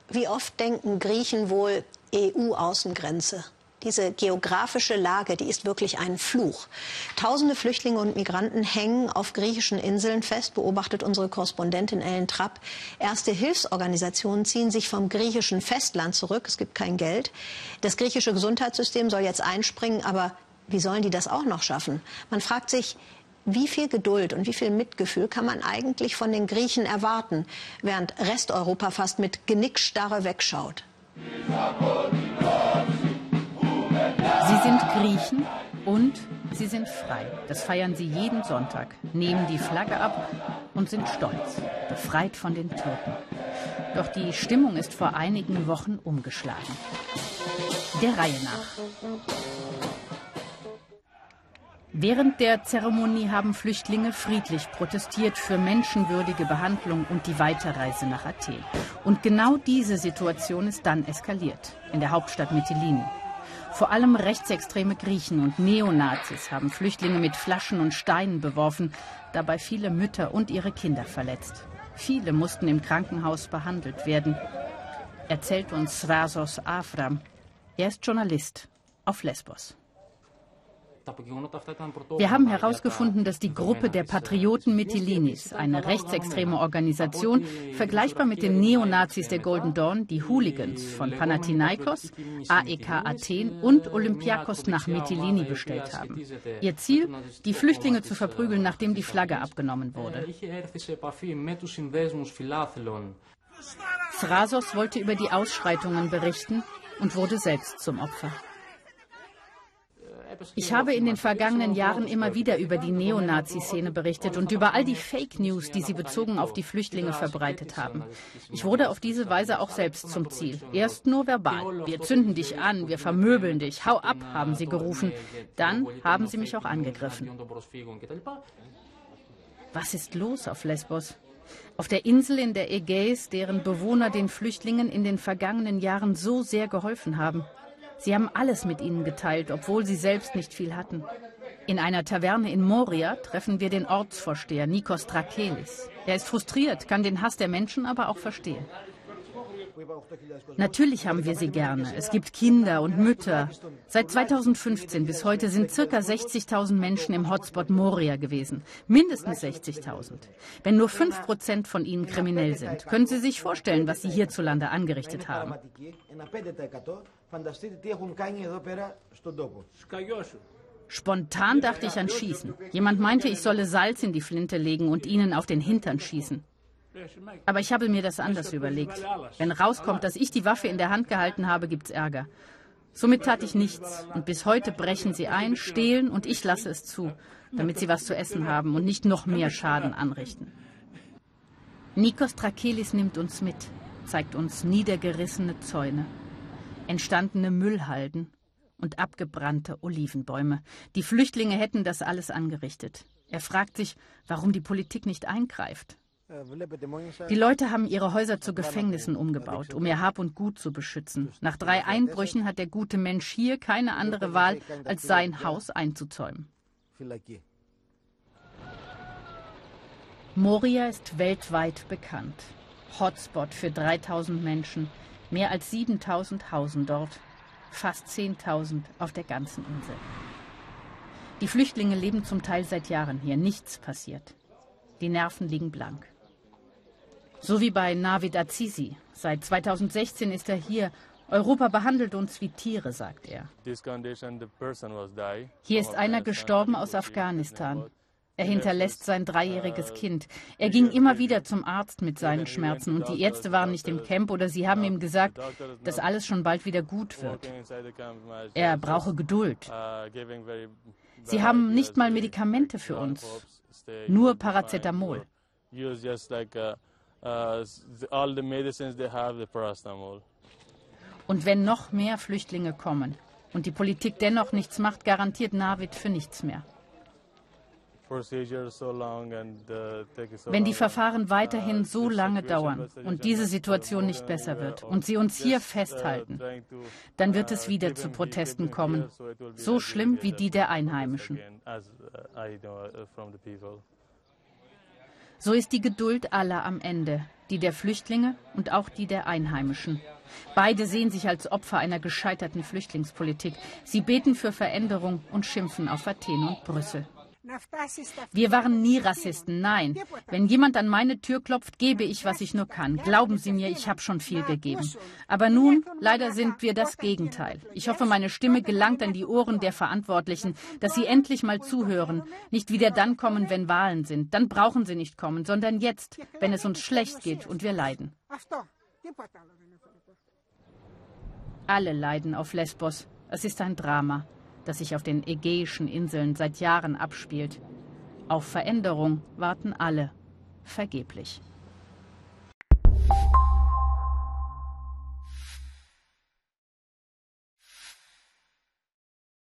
Wie oft denken Griechen wohl EU-Außengrenze? Diese geografische Lage, die ist wirklich ein Fluch. Tausende Flüchtlinge und Migranten hängen auf griechischen Inseln fest, beobachtet unsere Korrespondentin Ellen Trapp. Erste Hilfsorganisationen ziehen sich vom griechischen Festland zurück. Es gibt kein Geld. Das griechische Gesundheitssystem soll jetzt einspringen, aber wie sollen die das auch noch schaffen? Man fragt sich, wie viel Geduld und wie viel Mitgefühl kann man eigentlich von den Griechen erwarten, während Resteuropa fast mit Genickstarre wegschaut? Sie sind Griechen und sie sind frei. Das feiern sie jeden Sonntag, nehmen die Flagge ab und sind stolz, befreit von den Türken. Doch die Stimmung ist vor einigen Wochen umgeschlagen. Der Reihe nach. Während der Zeremonie haben Flüchtlinge friedlich protestiert für menschenwürdige Behandlung und die Weiterreise nach Athen. Und genau diese Situation ist dann eskaliert, in der Hauptstadt Mytilini. Vor allem rechtsextreme Griechen und Neonazis haben Flüchtlinge mit Flaschen und Steinen beworfen, dabei viele Mütter und ihre Kinder verletzt. Viele mussten im Krankenhaus behandelt werden, erzählt uns Srasos Avram. Er ist Journalist auf Lesbos. Wir haben herausgefunden, dass die Gruppe der Patrioten Mytilinis, eine rechtsextreme Organisation, vergleichbar mit den Neonazis der Golden Dawn, die Hooligans von Panathinaikos, AEK Athen und Olympiakos nach Mytilini bestellt haben. Ihr Ziel, die Flüchtlinge zu verprügeln, nachdem die Flagge abgenommen wurde. Thrasos wollte über die Ausschreitungen berichten und wurde selbst zum Opfer. Ich habe in den vergangenen Jahren immer wieder über die Neonazi-Szene berichtet und über all die Fake News, die sie bezogen auf die Flüchtlinge verbreitet haben. Ich wurde auf diese Weise auch selbst zum Ziel. Erst nur verbal. Wir zünden dich an, wir vermöbeln dich, hau ab, haben sie gerufen. Dann haben sie mich auch angegriffen. Was ist los auf Lesbos? Auf der Insel in der Ägäis, deren Bewohner den Flüchtlingen in den vergangenen Jahren so sehr geholfen haben. Sie haben alles mit ihnen geteilt, obwohl sie selbst nicht viel hatten. In einer Taverne in Moria treffen wir den Ortsvorsteher Nikos Trakelis. Er ist frustriert, kann den Hass der Menschen aber auch verstehen. Natürlich haben wir sie gerne. Es gibt Kinder und Mütter. Seit 2015 bis heute sind ca. 60.000 Menschen im Hotspot Moria gewesen. Mindestens 60.000. Wenn nur 5% von ihnen kriminell sind, können Sie sich vorstellen, was sie hierzulande angerichtet haben. Spontan dachte ich an Schießen. Jemand meinte, ich solle Salz in die Flinte legen und ihnen auf den Hintern schießen. Aber ich habe mir das anders überlegt. Wenn rauskommt, dass ich die Waffe in der Hand gehalten habe, gibt's Ärger. Somit tat ich nichts. Und bis heute brechen sie ein, stehlen und ich lasse es zu, damit sie was zu essen haben und nicht noch mehr Schaden anrichten. Nikos Trakelis nimmt uns mit, zeigt uns niedergerissene Zäune, entstandene Müllhalden und abgebrannte Olivenbäume. Die Flüchtlinge hätten das alles angerichtet. Er fragt sich, warum die Politik nicht eingreift. Die Leute haben ihre Häuser zu Gefängnissen umgebaut, um ihr Hab und Gut zu beschützen. Nach 3 Einbrüchen hat der gute Mensch hier keine andere Wahl, als sein Haus einzuzäumen. Moria ist weltweit bekannt. Hotspot für 3.000 Menschen. Mehr als 7.000 hausen dort. Fast 10.000 auf der ganzen Insel. Die Flüchtlinge leben zum Teil seit Jahren hier. Nichts passiert. Die Nerven liegen blank. So wie bei Navid Azizi. Seit 2016 ist er hier. Europa behandelt uns wie Tiere, sagt er. Hier ist einer gestorben aus Afghanistan. Er hinterlässt sein 3-jähriges Kind. Er ging immer wieder zum Arzt mit seinen Schmerzen und die Ärzte waren nicht im Camp oder sie haben ihm gesagt, dass alles schon bald wieder gut wird. Er brauche Geduld. Sie haben nicht mal Medikamente für uns, nur Paracetamol. Und wenn noch mehr Flüchtlinge kommen und die Politik dennoch nichts macht, garantiert Navid für nichts mehr. Wenn die Verfahren weiterhin so lange dauern und diese Situation nicht besser wird und sie uns hier festhalten, dann wird es wieder zu Protesten kommen, so schlimm wie die der Einheimischen. So ist die Geduld aller am Ende, die der Flüchtlinge und auch die der Einheimischen. Beide sehen sich als Opfer einer gescheiterten Flüchtlingspolitik. Sie beten für Veränderung und schimpfen auf Athen und Brüssel. Wir waren nie Rassisten, nein. Wenn jemand an meine Tür klopft, gebe ich, was ich nur kann. Glauben Sie mir, ich habe schon viel gegeben. Aber nun, leider sind wir das Gegenteil. Ich hoffe, meine Stimme gelangt an die Ohren der Verantwortlichen, dass sie endlich mal zuhören. Nicht wieder dann kommen, wenn Wahlen sind. Dann brauchen sie nicht kommen, sondern jetzt, wenn es uns schlecht geht und wir leiden. Alle leiden auf Lesbos. Es ist ein Drama, das sich auf den Ägäischen Inseln seit Jahren abspielt. Auf Veränderung warten alle, vergeblich.